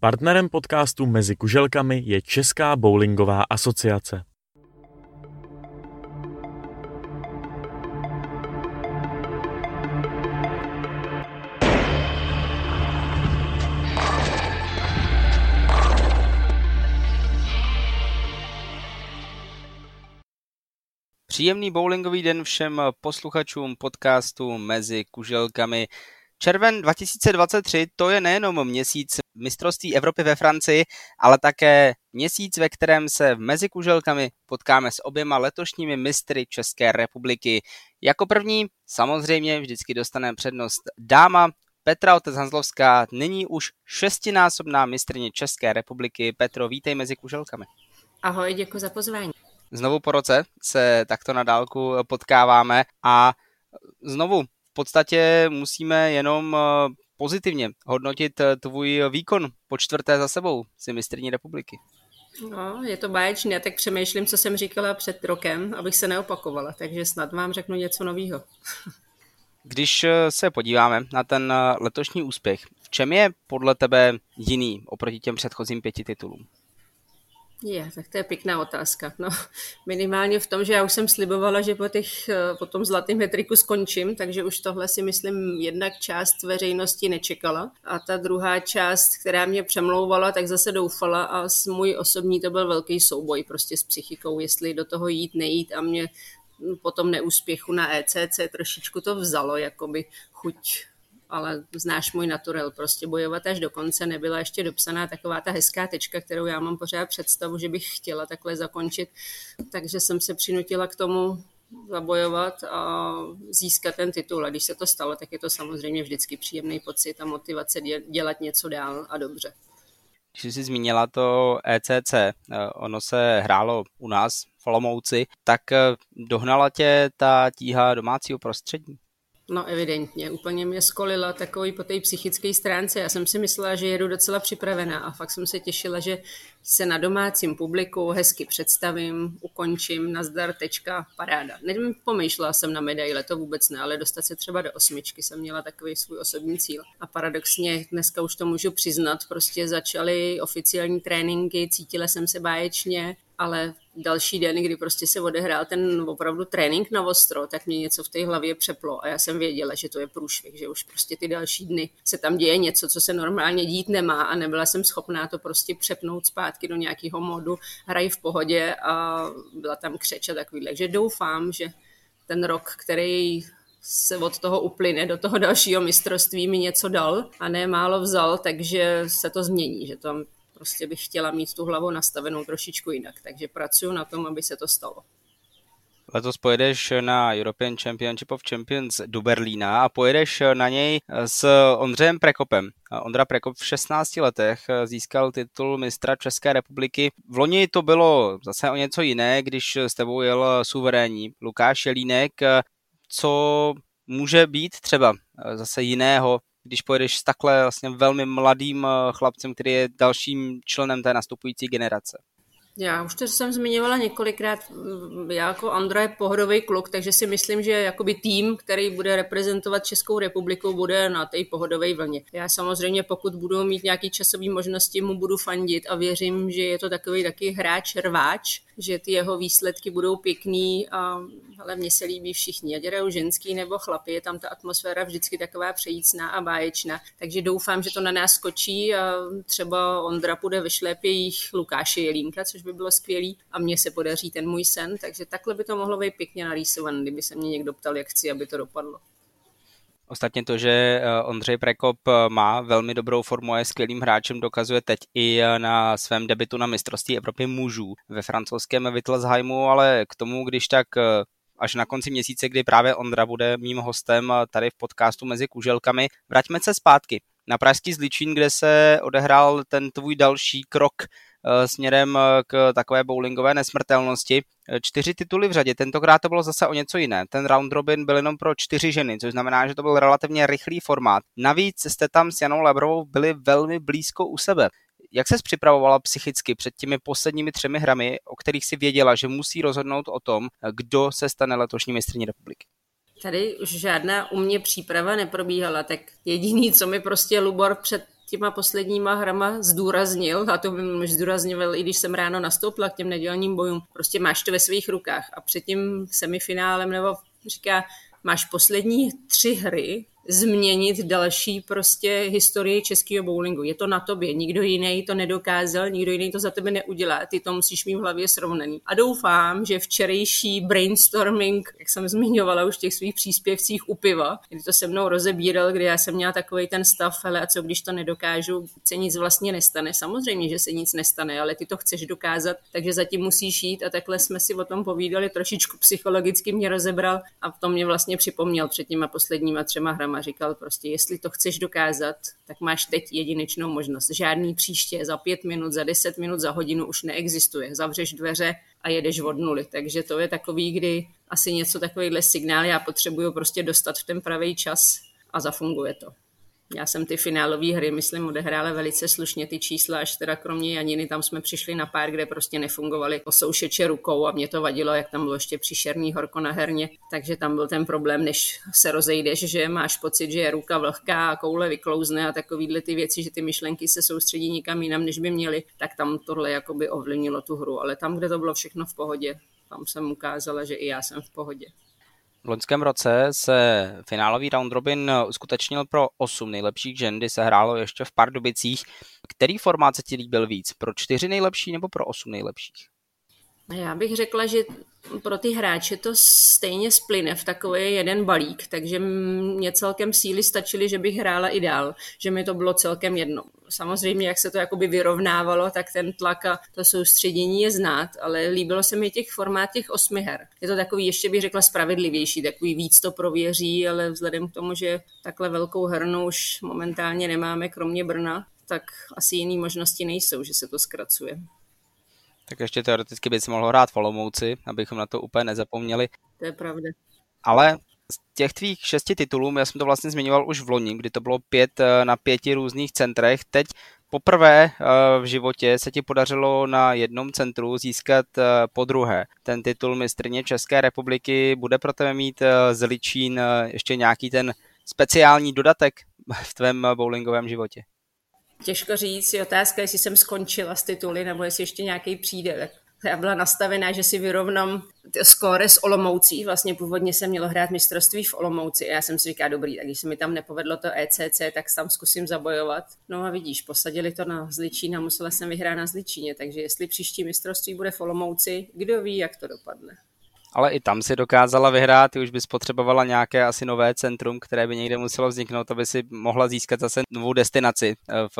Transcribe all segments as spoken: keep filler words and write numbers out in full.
Partnerem podcastu Mezi kuželkami je Česká bowlingová asociace. Příjemný bowlingový den všem posluchačům podcastu Mezi kuželkami. Červen dva tisíce dvacet tři to je nejenom měsíc mistrovství Evropy ve Francii, ale také měsíc, ve kterém se mezi kuželkami potkáme s oběma letošními mistry České republiky. Jako první samozřejmě vždycky dostane přednost dáma Petra Otec-Hanzlovská, nyní už šestinásobná mistryně České republiky. Petro, vítej mezi kuželkami. Ahoj, děkuji za pozvání. Znovu po roce se takto na dálku potkáváme a znovu v podstatě musíme jenom pozitivně hodnotit tvůj výkon po čtvrté za sebou si mistryní republiky. No, je to báječné, já tak přemýšlím, co jsem říkala před rokem, abych se neopakovala, takže snad vám řeknu něco nového. Když se podíváme na ten letošní úspěch, v čem je podle tebe jiný oproti těm předchozím pěti titulům? Je, tak to je pěkná otázka. No, minimálně v tom, že já už jsem slibovala, že po, těch, po tom zlatém hetriku skončím, takže už tohle si myslím jednak část veřejnosti nečekala a ta druhá část, která mě přemlouvala, tak zase doufala a můj osobní to byl velký souboj prostě s psychikou, jestli do toho jít, nejít a mě po tom neúspěchu na E C C trošičku to vzalo, jakoby chuť, ale znáš můj naturel, prostě bojovat až do konce, nebyla ještě dopsaná taková ta hezká tečka, kterou já mám pořád představu, že bych chtěla takhle zakončit, takže jsem se přinutila k tomu zabojovat a získat ten titul a když se to stalo, tak je to samozřejmě vždycky příjemný pocit a motivace dělat něco dál a dobře. Když jsi zmínila to E C C, ono se hrálo u nás v Olomouci, tak dohnala tě ta tíha domácího prostředí? No evidentně, úplně mě skolila takový po té psychické stránce. Já jsem si myslela, že jedu docela připravená a fakt jsem se těšila, že se na domácím publiku hezky představím, ukončím, nazdar, tečka, paráda. Nevím, pomýšlela jsem na medaile, to vůbec ne, ale dostat se třeba do osmičky jsem měla takový svůj osobní cíl. A paradoxně, dneska už to můžu přiznat, prostě začaly oficiální tréninky, cítila jsem se báječně, ale další den, kdy prostě se odehrál ten opravdu trénink na ostro, tak mě něco v té hlavě přeplo a já jsem věděla, že to je průšvih, že už prostě ty další dny se tam děje něco, co se normálně dít nemá a nebyla jsem schopná to prostě přepnout zpátky do nějakého modu, hraj v pohodě a byla tam křeč a takový. Takže doufám, že ten rok, který se od toho uplyne do toho dalšího mistrovství, mi něco dal a ne málo vzal, takže se to změní, že to prostě bych chtěla mít tu hlavu nastavenou trošičku jinak, takže pracuji na tom, aby se to stalo. Letos pojedeš na European Championship of Champions do Berlína a pojedeš na něj s Ondřejem Prekopem. Ondra Prekop v šestnácti letech získal titul mistra České republiky. V loni to bylo zase o něco jiné, když s tebou jel suverénní Lukáš Jelínek. Co může být třeba zase jiného, když pojedeš s takhle vlastně velmi mladým chlapcem, který je dalším členem té nastupující generace? Já už to jsem zmiňovala několikrát, já jako Ondra je pohodový kluk, takže si myslím, že jakoby tým, který bude reprezentovat Českou republiku, bude na té pohodové vlně. Já samozřejmě, pokud budu mít nějaké časové možnosti, mu budu fandit a věřím, že je to takový taky hráč rváč, že ty jeho výsledky budou pěkný a ale mně se líbí všichni, ať hrajou ženský nebo chlapi, je tam ta atmosféra vždycky taková přejícná a báječná, takže doufám, že to na nás skočí a třeba Ondra půjde ve šlépějích Lukáše Jelínka, což by bylo skvělý a mně se podaří ten můj sen, takže takhle by to mohlo být pěkně narýsované, kdyby se mě někdo ptal, jak chci, aby to dopadlo. Ostatně to, že Ondřej Prekop má velmi dobrou formu a je skvělým hráčem, dokazuje teď i na svém debutu na mistrovství Evropy mužů ve francouzském Wittelsheimu, ale k tomu, když tak až na konci měsíce, kdy právě Ondra bude mým hostem tady v podcastu Mezi kuželkami, vraťme se zpátky na pražský Zličín, kde se odehrál ten tvůj další krok směrem k takové bowlingové nesmrtelnosti. Čtyři tituly v řadě, tentokrát to bylo zase o něco jiné. Ten round robin byl jenom pro čtyři ženy, což znamená, že to byl relativně rychlý formát. Navíc jste tam s Janou Labrovou byli velmi blízko u sebe. Jak ses připravovala psychicky před těmi posledními třemi hrami, o kterých si věděla, že musí rozhodnout o tom, kdo se stane letošní mistryní republiky? Tady už žádná u mě příprava neprobíhala, tak jediný, co mi prostě Lubor před těma posledníma hrama zdůraznil, a to bych zdůrazňoval, i když jsem ráno nastoupila k těm nedělním bojům, prostě máš to ve svých rukách. A před tím semifinálem nebo říká, máš poslední tři hry změnit další prostě historii českého bowlingu. Je to na tobě, nikdo jiný to nedokázal, nikdo jiný to za tebe neudělá, ty to musíš mít v hlavě srovnaný. A doufám, že včerejší brainstorming, jak jsem zmiňovala už v těch svých příspěvcích u piva, kdy to se mnou rozebíral, kdy já jsem měla takovej ten stav, hele, a co když to nedokážu, se nic vlastně nestane. Samozřejmě, že se nic nestane, ale ty to chceš dokázat, takže zatím musíš jít a takhle jsme si o tom povídali, trošičku psychologicky mě rozebral a to mě vlastně připomněl před těma posledníma třema hrama. Říkal prostě, jestli to chceš dokázat, tak máš teď jedinečnou možnost. Žádný příště za pět minut, za deset minut, za hodinu už neexistuje. Zavřeš dveře a jedeš od nuly. Takže to je takový, kdy asi něco takovýhle signál já potřebuju prostě dostat v ten pravý čas a zafunguje to. Já jsem ty finálové hry, myslím, odehrála velice slušně ty čísla, až teda kromě Janiny, tam jsme přišli na pár, kde prostě nefungovaly posoušeče rukou a mě to vadilo, jak tam bylo ještě příšerný horko na herně, takže tam byl ten problém, než se rozejdeš, že máš pocit, že je ruka vlhká a koule vyklouzne a takovýhle ty věci, že ty myšlenky se soustředí nikam jinam, než by měly, tak tam tohle jakoby ovlivnilo tu hru, ale tam, kde to bylo všechno v pohodě, tam jsem ukázala, že i já jsem v pohodě. V loňském roce se finálový round robin uskutečnil pro osm nejlepších žen, kdy se hrálo ještě v Pardubicích. Který formát se ti líbil víc? Pro čtyři nejlepší nebo pro osm nejlepších? Já bych řekla, že pro ty hráče to stejně splyne v takový jeden balík, takže mě celkem síly stačily, že bych hrála i dál, že mi to bylo celkem jedno. Samozřejmě, jak se to jakoby vyrovnávalo, tak ten tlak a to soustředění je znát, ale líbilo se mi těch formát těch osmi her. Je to takový, ještě bych řekla, spravedlivější, takový víc to prověří, ale vzhledem k tomu, že takhle velkou hernu už momentálně nemáme, kromě Brna, tak asi jiný možnosti nejsou, že se to zkracuje. Tak ještě teoreticky by se mohlo hrát v Olomouci, abychom na to úplně nezapomněli. To je pravda. Ale z těch tvých šesti titulů, já jsem to vlastně zmiňoval už v loni, kdy to bylo pět na pěti různých centrech. Teď poprvé v životě se ti podařilo na jednom centru získat podruhé ten titul mistryně České republiky. Bude pro tebe mít Zličín ještě nějaký ten speciální dodatek v tvém bowlingovém životě? Těžko říct, je otázka, jestli jsem skončila s tituly, nebo jestli ještě nějaký přijde. Já byla nastavená, že si vyrovnám skóre s Olomoucí. Vlastně původně jsem měla hrát mistrovství v Olomouci a já jsem si říkala, dobrý, tak když se mi tam nepovedlo to E C C, tak tam zkusím zabojovat. No a vidíš, posadili to na Zličín a musela jsem vyhrát na Zličíně, takže jestli příští mistrovství bude v Olomouci, kdo ví, jak to dopadne. Ale i tam si dokázala vyhrát, ty už bys potřebovala nějaké asi nové centrum, které by někde muselo vzniknout, aby si mohla získat zase novou destinaci v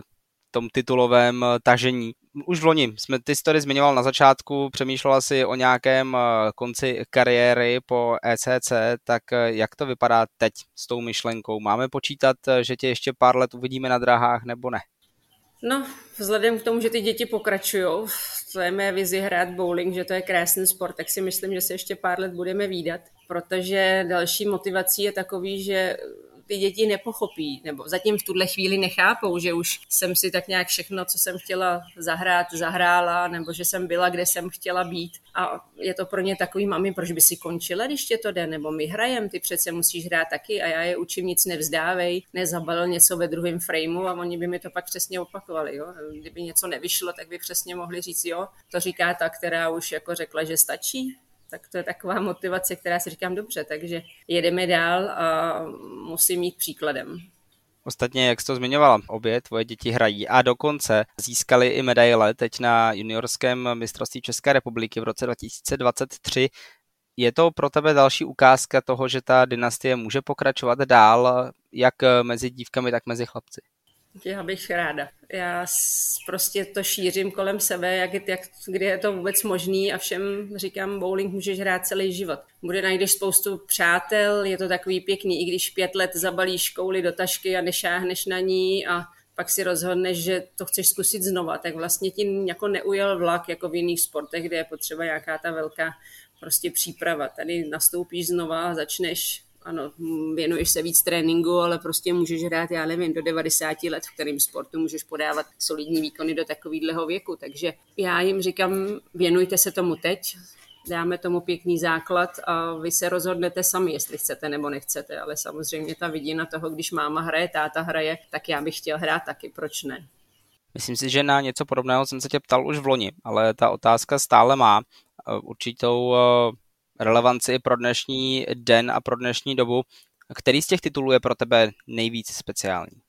tom titulovém tažení. Už v loni jsme ty story zmiňoval na začátku, přemýšlela si o nějakém konci kariéry po E C C, tak jak to vypadá teď s tou myšlenkou? Máme počítat, že tě ještě pár let uvidíme na dráhách nebo ne? No, vzhledem k tomu, že ty děti pokračujou, to je mé vizi hrát bowling, že to je krásný sport, tak si myslím, že se ještě pár let budeme vídat, protože další motivací je takový, že ty děti nepochopí, nebo zatím v tuhle chvíli nechápou, že už jsem si tak nějak všechno, co jsem chtěla zahrát, zahrála, nebo že jsem byla, kde jsem chtěla být. A je to pro ně takový, mami, proč by si končila, když tě to jde, nebo my hrajem, ty přece musíš hrát taky a já je učím, nic nevzdávej, nezabalil něco ve druhém frameu a oni by mi to pak přesně opakovali. Jo? Kdyby něco nevyšlo, tak by přesně mohli říct, jo, to říká ta, která už jako řekla, že stačí. Tak to je taková motivace, která si říkám dobře, takže jedeme dál a musím jít příkladem. Ostatně, jak jsi to zmiňovala, obě tvoje děti hrají a dokonce získali i medaile teď na juniorském mistrovství České republiky v roce dva tisíce dvacet tři. Je to pro tebe další ukázka toho, že ta dynastie může pokračovat dál, jak mezi dívkami, tak mezi chlapci? Já bych ráda. Já prostě to šířím kolem sebe, jak, jak, kdy je to vůbec možný a všem říkám, bowling můžeš hrát celý život. Bude najdeš spoustu přátel, je to takový pěkný, i když pět let zabalíš kouli do tašky a nešáhneš na ní a pak si rozhodneš, že to chceš zkusit znova, tak vlastně ti jako neujel vlak jako v jiných sportech, kde je potřeba nějaká ta velká prostě příprava. Tady nastoupíš znova a začneš. Ano, věnuješ se víc tréninku, ale prostě můžeš hrát, já nevím, do devadesáti let, v kterém sportu můžeš podávat solidní výkony do takovýhleho věku. Takže já jim říkám, věnujte se tomu teď, dáme tomu pěkný základ a vy se rozhodnete sami, jestli chcete nebo nechcete, ale samozřejmě ta vidina toho, když máma hraje, táta hraje, tak já bych chtěl hrát taky, proč ne? Myslím si, že na něco podobného jsem se tě ptal už v loni, ale ta otázka stále má určitou relevanci pro dnešní den a pro dnešní dobu. Který z těch titulů je pro tebe nejvíc speciální?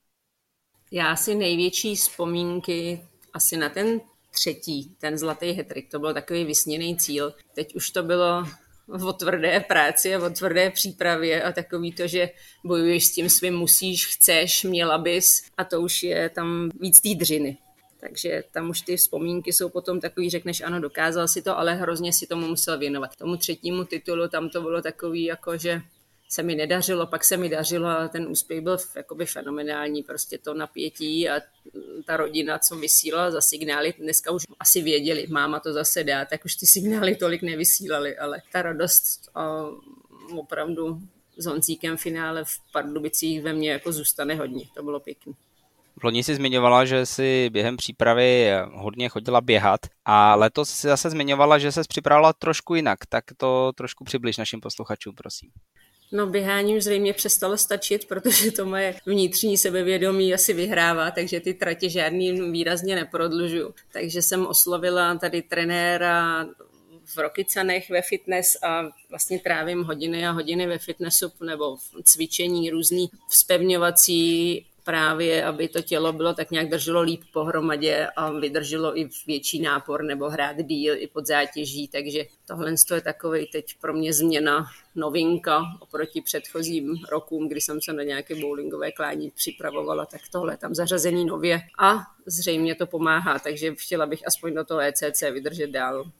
Já si největší vzpomínky asi na ten třetí, ten zlatý hat-trick, to byl takový vysněný cíl. Teď už to bylo o tvrdé práci a o tvrdé přípravě a takový to, že bojuješ s tím svým musíš, chceš, měla bys a to už je tam víc té dřiny. Takže tam už ty vzpomínky jsou potom takový, řekneš ano, dokázal si to, ale hrozně si tomu musel věnovat. Tomu třetímu titulu tam to bylo takový, jako že se mi nedařilo, pak se mi dařilo a ten úspěch byl jakoby fenomenální, prostě to napětí a ta rodina, co vysílala za signály, dneska už asi věděli, máma to zase dá, tak už ty signály tolik nevysílali, ale ta radost a opravdu s Honzíkem finále v Pardubicích ve mně jako zůstane hodně, to bylo pěkný. V loni si zmiňovala, že si během přípravy hodně chodila běhat a letos si zase zmiňovala, že ses připravila trošku jinak, tak to trošku přibliž našim posluchačům, prosím. No běháním zřejmě přestalo stačit, protože to moje vnitřní sebevědomí asi vyhrává, takže ty tratě žádný výrazně neprodlužuju. Takže jsem oslovila tady trenéra v Rokycanech ve fitness a vlastně trávím hodiny a hodiny ve fitnessu nebo v cvičení různý vzpevňovací právě, aby to tělo bylo tak nějak drželo líp pohromadě a vydrželo i větší nápor nebo hrát díl i pod zátěží, takže tohle je takovej teď pro mě změna, novinka oproti předchozím rokům, kdy jsem se na nějaké bowlingové klání připravovala, tak tohle je tam zařazený nově a zřejmě to pomáhá, takže chtěla bych aspoň do toho E C C vydržet dál.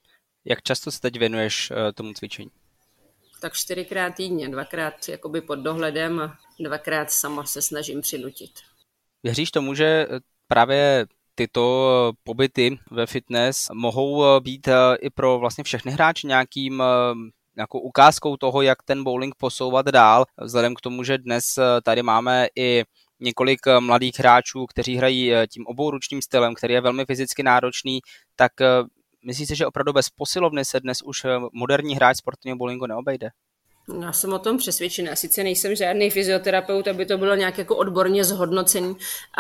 Jak často se teď věnuješ tomu cvičení? Tak čtyřikrát týdně, dvakrát jakoby pod dohledem a dvakrát sama se snažím přinutit. Věříš tomu, že právě tyto pobyty ve fitness mohou být i pro vlastně všechny hráče nějakým, nějakou ukázkou toho, jak ten bowling posouvat dál, vzhledem k tomu, že dnes tady máme i několik mladých hráčů, kteří hrají tím obouručním stylem, který je velmi fyzicky náročný, tak myslíš si, že opravdu bez posilovny se dnes už moderní hráč sportovního bowlingu neobejde? Já jsem o tom přesvědčená. Sice nejsem žádný fyzioterapeut, aby to bylo nějak jako odborně zhodnocený,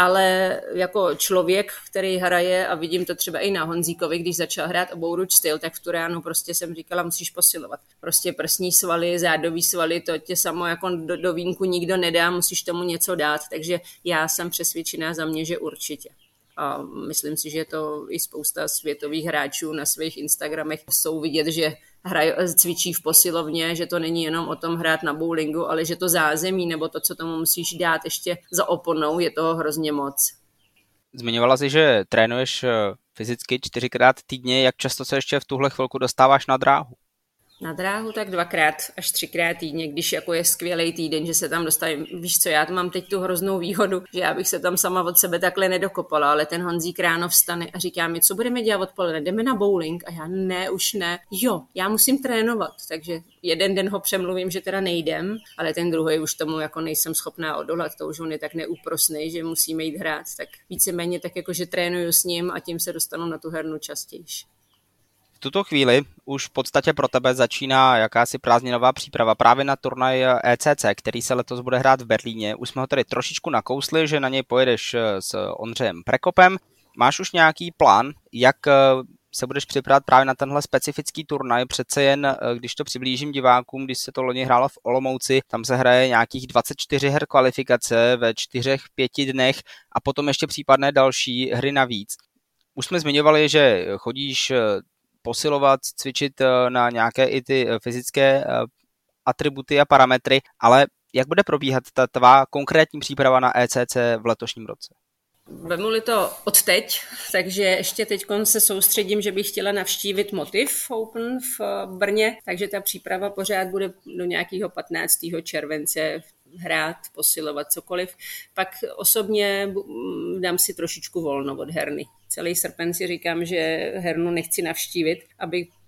ale jako člověk, který hraje, a vidím to třeba i na Honzíkovi, když začal hrát obouruč styl, tak v tu ránu prostě jsem říkala, musíš posilovat. Prostě prsní svaly, zádový svaly, to tě samo jako do, do vínku nikdo nedá, musíš tomu něco dát. Takže já jsem přesvědčená za mě, že určitě. A myslím si, že to i spousta světových hráčů na svých Instagramech jsou vidět, že hrají, cvičí v posilovně, že to není jenom o tom hrát na bowlingu, ale že to zázemí nebo to, co tomu musíš dát ještě za oponou, je toho hrozně moc. Zmiňovala jsi, že trénuješ fyzicky čtyřikrát týdně. Jak často se ještě v tuhle chvilku dostáváš na dráhu? Na dráhu tak dvakrát až třikrát týdně, když jako je skvělý týden, že se tam dostavím. Víš co, já mám teď tu hroznou výhodu, že já bych se tam sama od sebe takhle nedokopala, ale ten Honzík ráno vstane a říká mi, co budeme dělat odpoledne, jdeme na bowling a já ne, už ne. Jo, já musím trénovat, takže jeden den ho přemluvím, že teda nejdem, ale ten druhý už tomu jako nejsem schopná odolat, to už on je tak neúprosný, že musíme jít hrát, tak víceméně tak jako, že trénuju s ním a tím se dostanu na tu hernu častěji. V tuto chvíli už v podstatě pro tebe začíná jakási prázdninová příprava právě na turnaj E C C, který se letos bude hrát v Berlíně. Už jsme ho tady trošičku nakousli, že na něj pojedeš s Ondřejem Prekopem. Máš už nějaký plán, jak se budeš připravovat právě na tenhle specifický turnaj? Přece jen, když to přiblížím divákům, když se to loni hrálo v Olomouci, tam se hraje nějakých dvacet čtyři her kvalifikace ve čtyřech, pěti dnech a potom ještě případné další hry navíc. Už jsme zmiňovali, že chodíš posilovat, cvičit na nějaké i ty fyzické atributy a parametry, ale jak bude probíhat ta tvá konkrétní příprava na E C C v letošním roce? Vemu-li to od teď, takže ještě teď se soustředím, že bych chtěla navštívit Motiv Open v Brně, takže ta příprava pořád bude do nějakého patnáctého července hrát, posilovat cokoliv. Pak osobně dám si trošičku volno od herny. Celý srpen si říkám, že hernu nechci navštívit, aby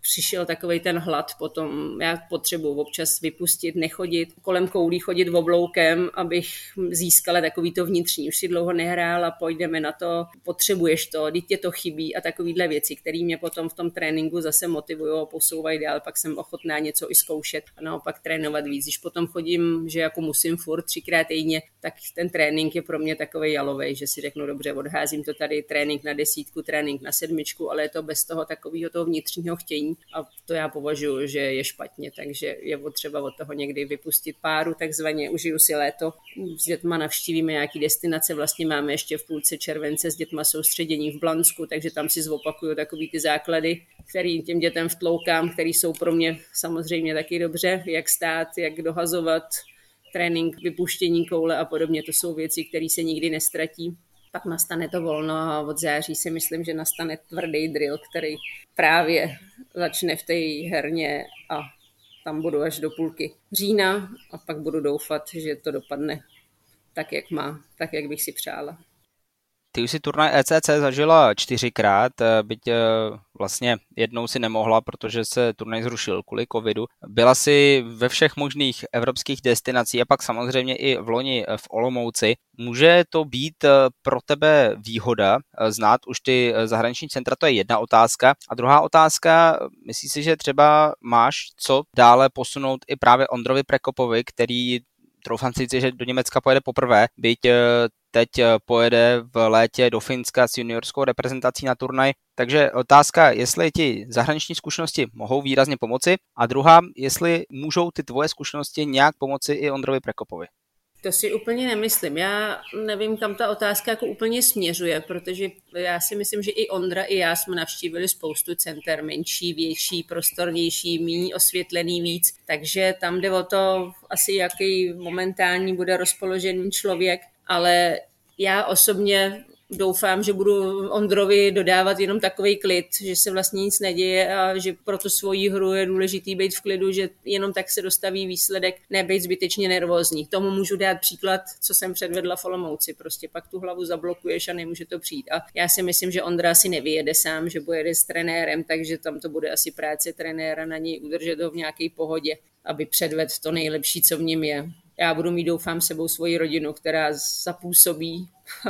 přišel takovej ten hlad potom. Já potřebuji občas vypustit, nechodit, kolem koulí chodit obloukem, abych získala takový to vnitřní. Už si dlouho nehrála, pojďme na to, potřebuješ to, dítě to chybí a takovýhle věci, které mě potom v tom tréninku zase motivují a posouvají dál, pak jsem ochotná něco i zkoušet a naopak trénovat víc. Když potom chodím, že jako musím furt třikrát týdně, tak ten trénink je pro mě takovej jalovej, že si řeknu, dobře, odházím to tady, trénink na desítku, trénink na sedmičku, ale je to bez toho takového toho vnitřního chtění a to já považuji, že je špatně, takže je potřeba od toho někdy vypustit páru, takzvaně užiju si léto. S dětma navštívíme nějaký destinace, vlastně máme ještě v půlce července s dětma soustředění v Blansku, takže tam si zopakuju takový ty základy, který těm dětem vtloukám, který jsou pro mě samozřejmě taky dobře, jak stát, jak dohazovat, trénink, vypuštění koule a podobně, to jsou věci, které se nikdy nestratí. Pak nastane to volno a od září si myslím, že nastane tvrdý drill, který právě začne v té herně a tam budu až do půlky října a pak budu doufat, že to dopadne tak, jak má, tak, jak bych si přála. Ty už si turnaj E C C zažila čtyřikrát, byť vlastně jednou si nemohla, protože se turnaj zrušil kvůli covidu. Byla si ve všech možných evropských destinacích a pak samozřejmě i v loni v Olomouci. Může to být pro tebe výhoda znát už ty zahraniční centra? To je jedna otázka. A druhá otázka, myslíš si, že třeba máš co dále posunout i právě Ondrovi Prekopovi, který troufám si říct, že do Německa pojede poprvé, byť teď pojede v létě do Finska s juniorskou reprezentací na turnaj. Takže otázka, jestli ti zahraniční zkušenosti mohou výrazně pomoci a druhá, jestli můžou ty tvoje zkušenosti nějak pomoci i Ondrovi Prekopovi. To si úplně nemyslím. Já nevím, kam ta otázka jako úplně směřuje, protože já si myslím, že i Ondra, i já jsme navštívili spoustu center, menší, větší, prostornější, méně osvětlený víc, takže tam jde o to asi, jaký momentální bude rozpoložený člověk, ale já osobně doufám, že budu Ondrovi dodávat jenom takovej klid, že se vlastně nic neděje a že pro tu svoji hru je důležitý být v klidu, že jenom tak se dostaví výsledek, nebejt zbytečně nervózní. Tomu můžu dát příklad, co jsem předvedla v Olomouci. Prostě pak tu hlavu zablokuješ a nemůže to přijít. A já si myslím, že Ondra si nevyjede sám, že pojede s trenérem, takže tam to bude asi práce trenéra na něj udržet ho v nějaké pohodě, aby předvedl to nejlepší, co v něm je. Já budu mít, doufám, sebou svoji rodinu, která zapůsobí,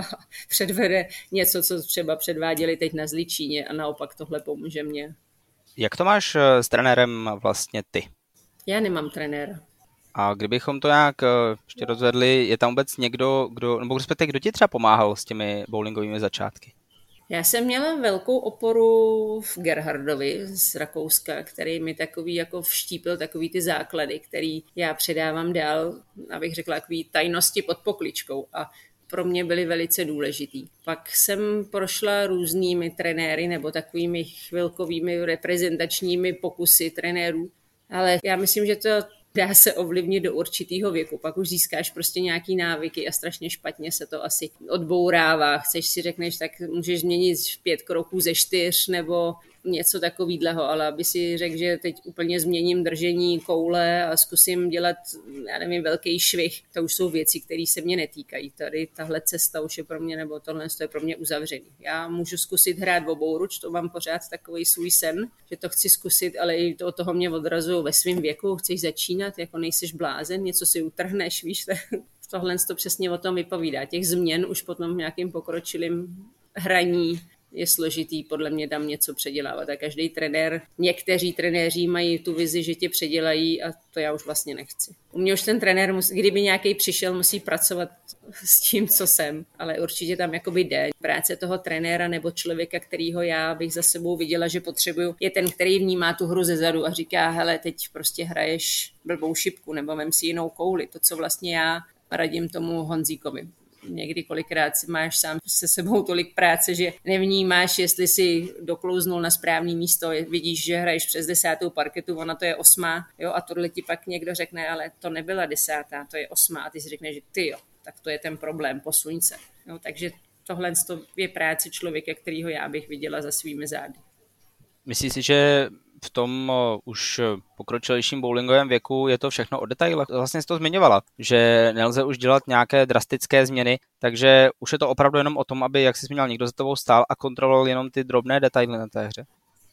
předvede něco, co třeba předváděli teď na Zličíně a naopak tohle pomůže mně. Jak to máš s trenérem vlastně ty? Já nemám trenéra. A kdybychom to nějak ještě rozvedli, je tam vůbec někdo, kdo, nebo respektive kdo ti třeba pomáhal s těmi bowlingovými začátky? Já jsem měla velkou oporu v Gerhardovi z Rakouska, který mi takový jako vštípil takový ty základy, který já předávám dál, abych řekla, takový tajnosti pod pokličkou a pro mě byly velice důležitý. Pak jsem prošla různými trenéry nebo takovými chvilkovými reprezentačními pokusy trenérů, ale já myslím, že to dá se ovlivnit do určitého věku. Pak už získáš prostě nějaký návyky a strašně špatně se to asi odbourává. Chceš si řekneš, tak můžeš změnit pět kroků ze čtyř nebo něco takovýhleho, ale aby si řekl, že teď úplně změním držení koule a zkusím dělat, já nevím, velký švih, to už jsou věci, které se mě netýkají. Tady tahle cesta už je pro mě, nebo tohle je pro mě uzavřený. Já můžu zkusit hrát v obouruč, to mám pořád takový svůj sen, že to chci zkusit, ale i to, toho mě odrazu ve svém věku, chceš začínat, jako nejseš blázen, něco si utrhneš, víš, tohle to přesně o tom vypovídá. Těch změn už potom v nějakým pokročilým hraní je složitý podle mě tam něco předělávat a každý trenér, někteří trenéři mají tu vizi, že tě předělají a to já už vlastně nechci. U mě už ten trenér, musí, kdyby nějaký přišel, musí pracovat s tím, co jsem, ale určitě tam jakoby jde. Práce toho trenéra nebo člověka, kterýho já bych za sebou viděla, že potřebuju, je ten, který vnímá tu hru zezadu a říká, hele, teď prostě hraješ blbou šipku nebo vem si jinou kouli, to, co vlastně já radím tomu Honzíkovi. Někdy kolikrát máš sám se sebou tolik práce, že nevnímáš, jestli si doklouznul na správné místo, vidíš, že hraješ přes desátou parketu, ona to je osmá, jo, a tohle ti pak někdo řekne, ale to nebyla desátá, to je osmá, a ty si řekneš, že ty jo, tak to je ten problém, posuň se. Jo, takže tohle je práce člověka, kterýho já bych viděla za svými zády. Myslíš si, že v tom už pokročilejším bowlingovém věku je to všechno o detailech? Vlastně jsi to zmiňovala, že nelze už dělat nějaké drastické změny, takže už je to opravdu jenom o tom, aby, jak jsi zmínil, někdo za tebou stál a kontroloval jenom ty drobné detaily na té hře.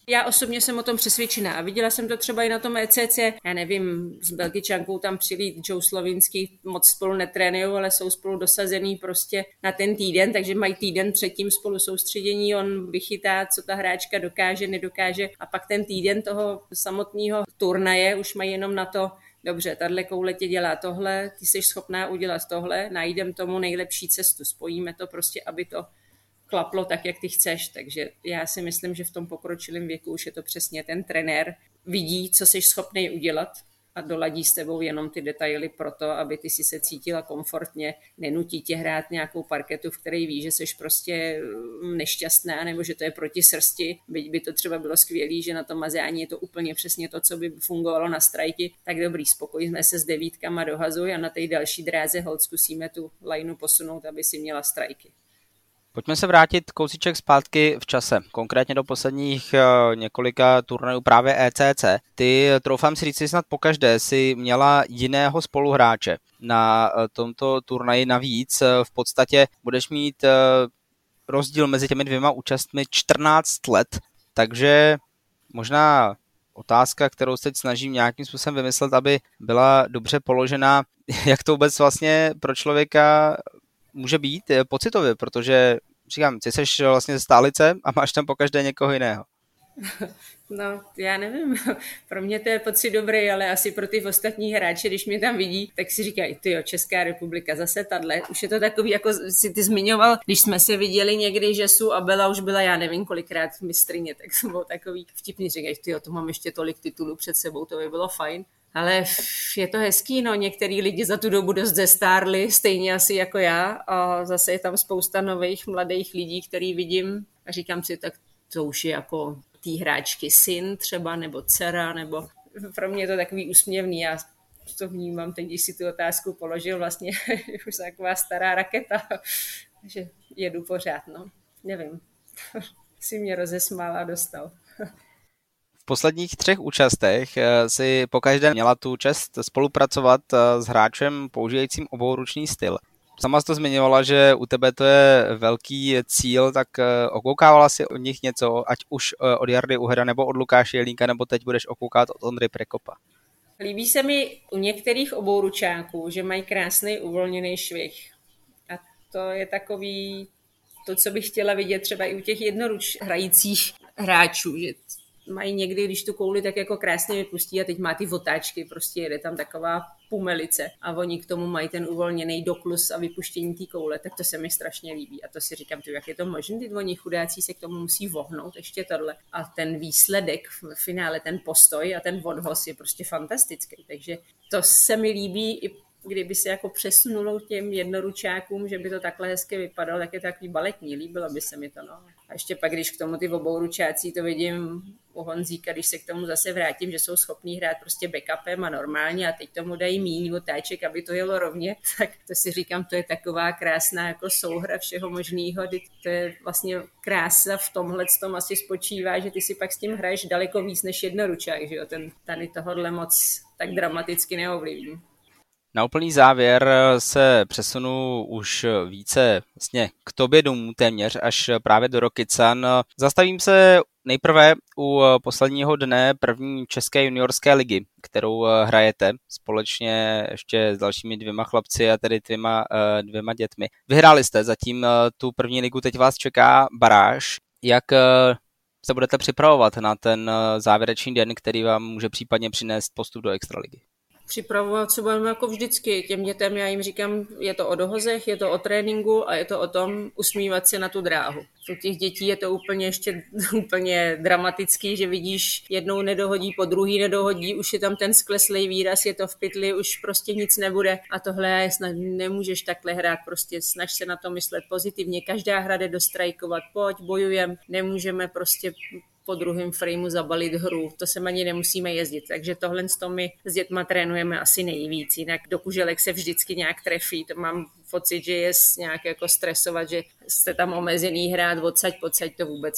Já osobně jsem o tom přesvědčená a viděla jsem to třeba i na tom E C C. Já nevím, s Belgičankou tam přilít Joe Slovinský, moc spolu netrénujou, ale jsou spolu dosazený prostě na ten týden, takže mají týden předtím spolu soustředění, on vychytá, co ta hráčka dokáže, nedokáže a pak ten týden toho samotného turnaje už mají jenom na to, dobře, tahle koule tě dělá tohle, ty jsi schopná udělat tohle, najdem tomu nejlepší cestu, spojíme to prostě, aby to klaplo tak, jak ty chceš, takže já si myslím, že v tom pokročilém věku už je to přesně ten trenér, vidí, co jsi schopný udělat a doladí s tebou jenom ty detaily pro to, aby ty si se cítila komfortně, nenutí tě hrát nějakou parketu, v které ví, že jsi prostě nešťastná nebo že to je proti srsti, byť by to třeba bylo skvělý, že na tom mazání je to úplně přesně to, co by fungovalo na strajky, tak dobrý, spokojíme se s devítkama do hazu a na té další dráze hold zkusíme tu lineu posunout, aby si měla strajky. Pojďme se vrátit kousíček zpátky v čase, konkrétně do posledních uh, několika turnajů právě E C C. Ty, troufám si říct, snad pokaždé si měla jiného spoluhráče na uh, tomto turnaji navíc. Uh, v podstatě budeš mít uh, rozdíl mezi těmi dvěma účastmi čtrnáct let, takže možná otázka, kterou se teď snažím nějakým způsobem vymyslet, aby byla dobře položená, jak to vůbec vlastně pro člověka může být pocitově, protože říkám, ty jsi vlastně ze stálice a máš tam pokaždé někoho jiného. No, já nevím, pro mě to je pocit dobrý, ale asi pro ty ostatní hráče, když mě tam vidí, tak si říkají, tyjo, Česká republika, zase tadle. Už je to takový, jako si ty zmiňoval, když jsme se viděli někdy, že Su a Bela už byla, já nevím, kolikrát mistryně, tak to bylo takový vtipný, říkají, tyjo, to mám ještě tolik titulů před sebou, to by bylo fajn. Ale je to hezký, no, některý lidi za tu dobu dost zestárli, stejně asi jako já a zase je tam spousta nových mladých lidí, který vidím a říkám si, tak to už je jako tý hráčky syn třeba, nebo dcera, nebo pro mě je to takový úsměvný, já to vnímám teď, když si tu otázku položil, vlastně už jsem taková stará raketa, že jedu pořád, no, nevím, si mě rozesmál a dostal. V posledních třech účastech si pokaždé měla tu čest spolupracovat s hráčem používajícím obouruční styl. Sama jsi to zmiňovala, že u tebe to je velký cíl, tak okoukávala si od nich něco, ať už od Jardy Uhera nebo od Lukáše Jelínka, nebo teď budeš okoukat od Ondry Prekopa? Líbí se mi u některých obouručáků, že mají krásný uvolněný švih. A to je takový, to, co bych chtěla vidět třeba i u těch jednoruč hrajících hráčů, že mají někdy, když tu kouli tak jako krásně vypustí a teď má ty otáčky, prostě jede tam taková pumelice a oni k tomu mají ten uvolněný doklus a vypuštění té koule, tak to se mi strašně líbí a to si říkám, ty, jak je to možné, ty oni chudáci se k tomu musí vohnout, ještě tohle a ten výsledek v finále, ten postoj a ten odhoz je prostě fantastický, takže to se mi líbí i kdyby se jako přesunulo těm jednoručákům, že by to takhle hezky vypadalo, tak je to takový baletní, líbilo by se mi to, no. A ještě pak, když k tomu ty obouručáci, to vidím u Honzíka, když se k tomu zase vrátím, že jsou schopní hrát prostě backupem a normálně a teď tomu dají míň otáček, aby to jelo rovně, tak to si říkám, to je taková krásná jako souhra všeho možného, to je vlastně krása v tomhle tom asi spočívá, že ty si pak s tím hraješ daleko víc než jednoručák, že jo, ten tady tohodle moc tak dramaticky neovlivní. Na úplný závěr se přesunu už více vlastně k tobě domů téměř, až právě do Rokycan. Zastavím se nejprve u posledního dne první české juniorské ligy, kterou hrajete společně ještě s dalšími dvěma chlapci a tedy dvěma, dvěma dětmi. Vyhráli jste zatím tu první ligu, teď vás čeká baráž. Jak se budete připravovat na ten závěrečný den, který vám může případně přinést postup do extraligy? Připravovat se budeme jako vždycky. Těm dětem já jim říkám, je to o dohozech, je to o tréninku a je to o tom usmívat se na tu dráhu. U těch dětí je to úplně ještě úplně dramatický, že vidíš, jednou nedohodí, po druhý nedohodí, už je tam ten skleslej výraz, je to v pytli, už prostě nic nebude a tohle je snad, nemůžeš takhle hrát, prostě snaž se na to myslet pozitivně, každá hra jde dostrajkovat, pojď, bojujem, nemůžeme prostě po druhém frameu zabalit hru, to se ani nemusíme jezdit, takže tohle s tom my s dětma trénujeme asi nejvíc, jinak do kuželek se vždycky nějak trefí, to mám pocit, že je nějak jako stresovat, že jste tam omezený hrát, odsaď, pocať, to vůbec ne.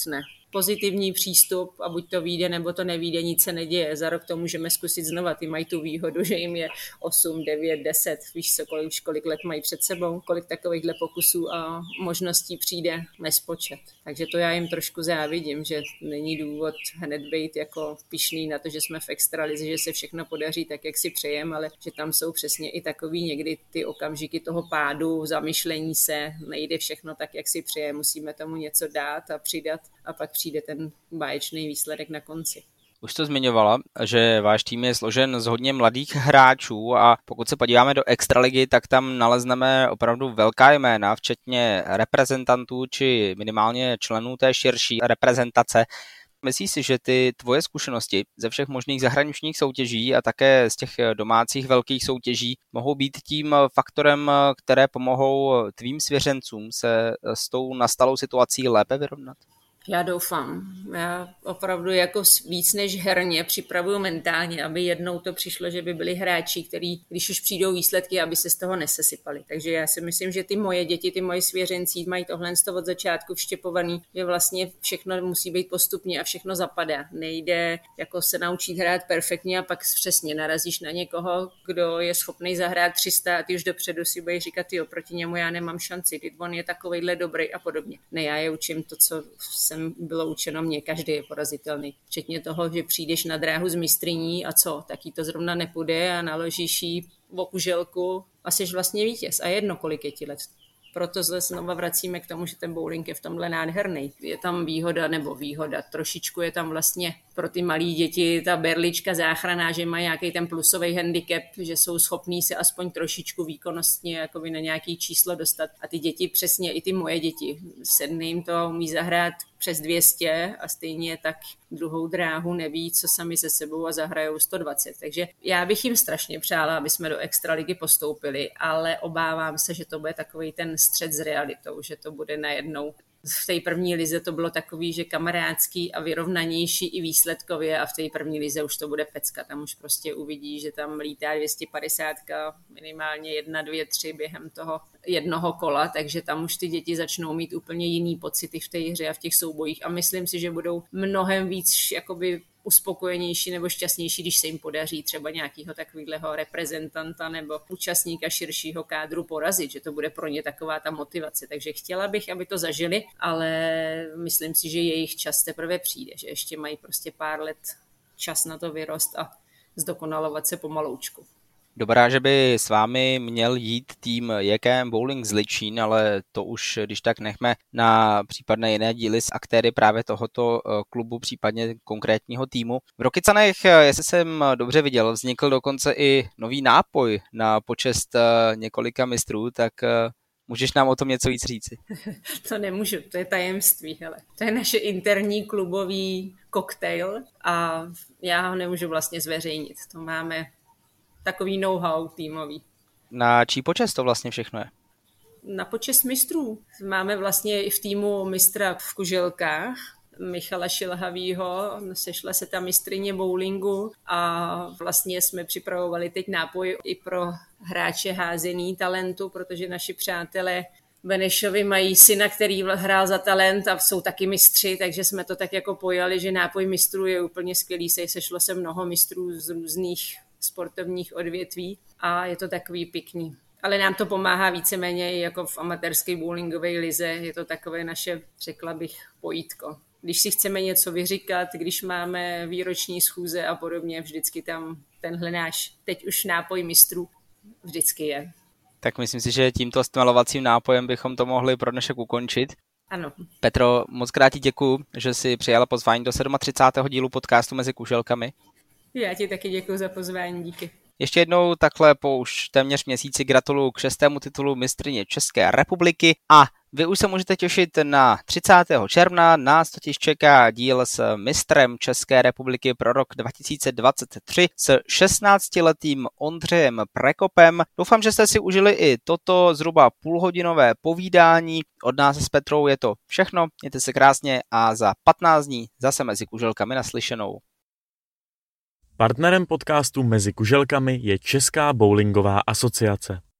pozitivní přístup a buď to vyjde, nebo to nevyjde, nic se neděje. Za rok to můžeme zkusit znova. Ty mají tu výhodu, že jim je osm, devět, deset, víš co, kolik, kolik let mají před sebou, kolik takovýchhle pokusů a možností přijde nespočet. Takže to já jim trošku závidím, že není důvod hned být jako pyšný na to, že jsme v extralize, že se všechno podaří tak, jak si přejem, ale že tam jsou přesně i takový někdy ty okamžiky toho pádu, zamyšlení se, nejde všechno tak, jak si přeje, musíme tomu něco dát a přidat a pak přijde ten báječný výsledek na konci. Už to zmiňovala, že váš tým je složen z hodně mladých hráčů a pokud se podíváme do extraligy, tak tam nalezneme opravdu velká jména, včetně reprezentantů či minimálně členů té širší reprezentace. Myslíš si, že ty tvoje zkušenosti ze všech možných zahraničních soutěží a také z těch domácích velkých soutěží mohou být tím faktorem, které pomohou tvým svěřencům se s tou nastalou situací lépe vyrovnat? Já doufám. Já opravdu jako víc než herně připravuju mentálně, aby jednou to přišlo, že by byli hráči, který, když už přijdou výsledky, aby se z toho nesesypali. Takže já si myslím, že ty moje děti, ty moje svěřenci mají tohle od začátku vštěpovaný, že vlastně všechno musí být postupně a všechno zapadá. Nejde jako se naučit hrát perfektně a pak přesně narazíš na někoho, kdo je schopný zahrát tři sta a ty už dopředu si budeš říkat, jo, proti němu já nemám šanci, ty on je takovejhle dobrý a podobně. Ne, já je učím to, co jsem bylo učeno mě, každý je porazitelný. Včetně toho, že přijdeš na dráhu z mistryní a co, taky to zrovna nepůjde a naložíš jí v okuželku a jsi vlastně vítěz a jedno, kolik je ti let. Proto se znova vracíme k tomu, že ten bowling je v tomhle nádherný. Je tam výhoda, nebo výhoda, trošičku je tam vlastně pro ty malí děti ta berlička záchranná, že mají nějaký ten plusový handicap, že jsou schopní se aspoň trošičku výkonnostně jakoby na nějaký číslo dostat. A ty děti, přesně i ty moje děti, sedne jim to, umí zahrát přes dvě stě a stejně tak druhou dráhu neví, co sami se sebou a zahrajou sto dvacet. Takže já bych jim strašně přála, aby jsme do extraligy postoupili, ale obávám se, že to bude takový ten střet s realitou, že to bude najednou. V té první lize to bylo takový, že kamarádský a vyrovnanější i výsledkově a v té první lize už to bude pecka. Tam už prostě uvidí, že tam lítá dvě stě padesát, minimálně jedna, dvě, tři během toho jednoho kola, takže tam už ty děti začnou mít úplně jiný pocity v té hře a v těch soubojích a myslím si, že budou mnohem víc jakoby uspokojenější nebo šťastnější, když se jim podaří třeba nějakého takového reprezentanta nebo účastníka širšího kádru porazit, že to bude pro ně taková ta motivace. Takže chtěla bych, aby to zažili, ale myslím si, že jejich čas teprve přijde, že ještě mají prostě pár let čas na to vyrost a zdokonalovat se pomaloučku. Dobrá, že by s vámi měl jít tým J K M Bowling z Ličín, ale to už když tak nechme na případné jiné díly s aktéry právě tohoto klubu, případně konkrétního týmu. V Rokycanech, jestli jsem dobře viděl, vznikl dokonce i nový nápoj na počest několika mistrů, tak můžeš nám o tom něco víc říci? To nemůžu, to je tajemství, hele. To je naše interní klubový koktejl a já ho nemůžu vlastně zveřejnit. To máme takový know-how týmový. Na čí počest to vlastně všechno je? Na počest mistrů. Máme vlastně i v týmu mistra v kuželkách, Michala Šilhavýho, sešla se ta mistryně bowlingu a vlastně jsme připravovali teď nápoj i pro hráče házený talentu, protože naši přátelé Benešovi mají syna, který hrál za talent a jsou taky mistři, takže jsme to tak jako pojali, že nápoj mistrů je úplně skvělý. Sešlo se mnoho mistrů z různých sportovních odvětví a je to takový pěkný. Ale nám to pomáhá víceméně jako v amatérské bowlingové lize, je to takové naše, řekla bych, pojítko. Když si chceme něco vyříkat, když máme výroční schůze a podobně, vždycky tam tenhle náš, teď už nápoj mistrů, vždycky je. Tak myslím si, že tímto stmelovacím nápojem bychom to mohli pro dnešek ukončit. Ano. Petro, moc krát ti děkuju, že jsi přijala pozvání do třicátého sedmého dílu podcastu Mezi kuželkami. Já ti taky děkuju za pozvání, díky. Ještě jednou takhle po už téměř měsíci gratuluju k šestému titulu mistryně České republiky a vy už se můžete těšit na třicátého června, nás totiž čeká díl s mistrem České republiky pro rok dva tisíce dvacet tři s šestnáctiletým Ondřejem Prekopem. Doufám, že jste si užili i toto zhruba půlhodinové povídání. Od nás s Petrou je to všechno, mějte se krásně a za patnáct dní zase Mezi kuželkami naslyšenou. Partnerem podcastu Mezi kuželkami je Česká bowlingová asociace.